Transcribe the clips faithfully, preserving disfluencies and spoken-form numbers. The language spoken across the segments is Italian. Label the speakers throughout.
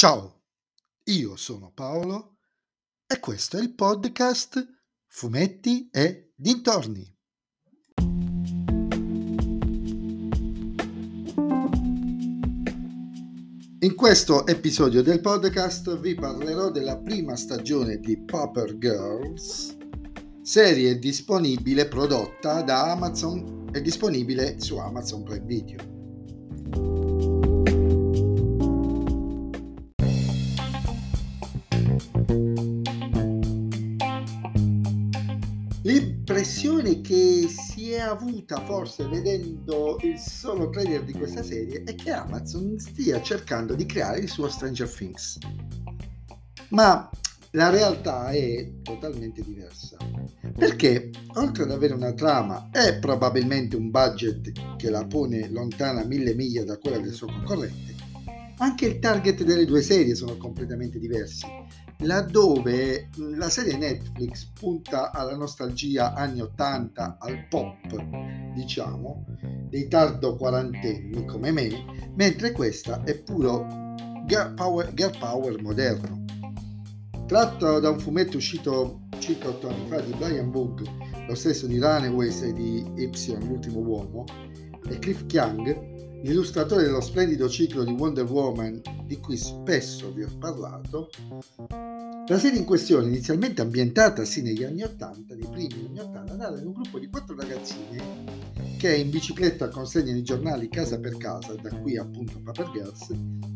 Speaker 1: Ciao, io sono Paolo e questo è il podcast Fumetti e Dintorni. In questo episodio del podcast vi parlerò della prima stagione di Paper Girls, serie disponibile prodotta da Amazon e disponibile su Amazon Prime Video. L'impressione che si è avuta forse vedendo il solo trailer di questa serie è che Amazon stia cercando di creare il suo Stranger Things, ma la realtà è totalmente diversa, perché oltre ad avere una trama e probabilmente un budget che la pone lontana mille miglia da quella del suo concorrente, anche il target delle due serie sono completamente diversi. Laddove la serie Netflix punta alla nostalgia anni ottanta, al pop, diciamo, dei tardo quarantenni come me, mentre questa è puro girl power, girl power moderno. Tratto da un fumetto uscito circa otto anni fa di Brian Boog, lo stesso di Runaways e di Epsilon, l'ultimo uomo, e Cliff Chiang, l'illustratore dello splendido ciclo di Wonder Woman di cui spesso vi ho parlato, la serie in questione, inizialmente ambientata sì negli anni ottanta, nei primi anni ottanta, narra in un gruppo di quattro ragazzine che in bicicletta consegnano i giornali casa per casa, da qui appunto Paper Girls,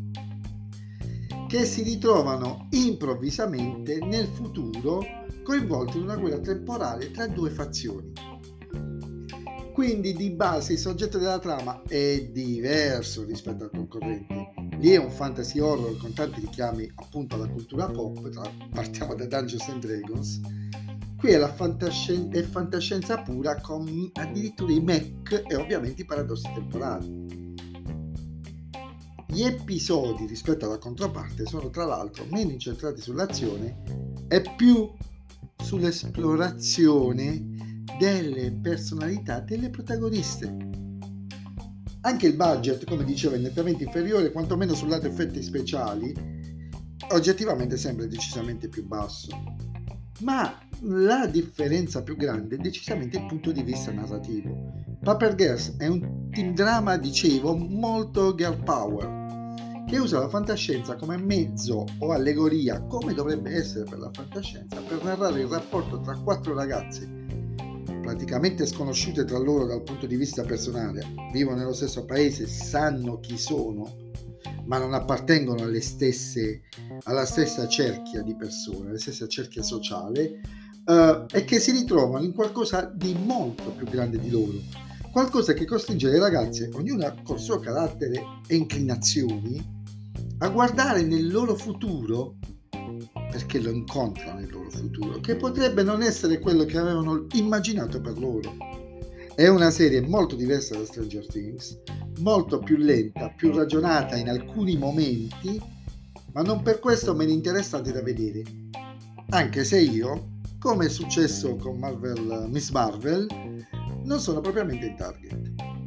Speaker 1: che si ritrovano improvvisamente nel futuro coinvolti in una guerra temporale tra due fazioni. Quindi di base il soggetto della trama è diverso rispetto al concorrente. Lì è un fantasy horror con tanti richiami appunto alla cultura pop, tra, partiamo da Dungeons and Dragons. Qui è la fantascienza, è fantascienza pura con addirittura i mech e ovviamente i paradossi temporali. Gli episodi rispetto alla controparte sono tra l'altro meno incentrati sull'azione e più sull'esplorazione delle personalità delle protagoniste. Anche il budget, come dicevo, è nettamente inferiore, quantomeno sul lato effetti speciali, oggettivamente sembra decisamente più basso. Ma la differenza più grande è decisamente il punto di vista narrativo. Paper Girls è un teen drama, dicevo, molto girl power, che usa la fantascienza come mezzo o allegoria, come dovrebbe essere per la fantascienza, per narrare il rapporto tra quattro ragazze praticamente sconosciute tra loro dal punto di vista personale, vivono nello stesso paese, sanno chi sono, ma non appartengono alle stesse, alla stessa cerchia di persone, alla stessa cerchia sociale, uh, e che si ritrovano in qualcosa di molto più grande di loro, qualcosa che costringe le ragazze, ognuna col suo carattere e inclinazioni, a guardare nel loro futuro, perché lo incontrano nel loro futuro, che potrebbe non essere quello che avevano immaginato per loro. È una serie molto diversa da Stranger Things, molto più lenta, più ragionata in alcuni momenti, ma non per questo meno interessante da vedere. Anche se io, come è successo con Marvel, Miss Marvel, non sono propriamente in target.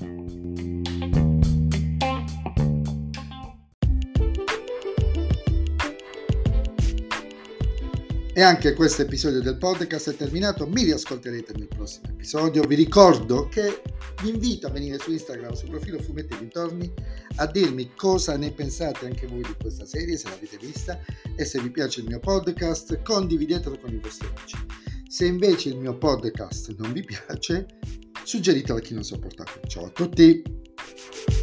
Speaker 1: E anche questo episodio del podcast è terminato, mi riascolterete nel prossimo episodio. Vi ricordo che vi invito a venire su Instagram, sul profilo Fumetti e Dintorni, a dirmi cosa ne pensate anche voi di questa serie, se l'avete vista, e se vi piace il mio podcast condividetelo con i vostri amici. Se invece il mio podcast non vi piace, suggeritelo a chi non sopportate. Ciao a tutti!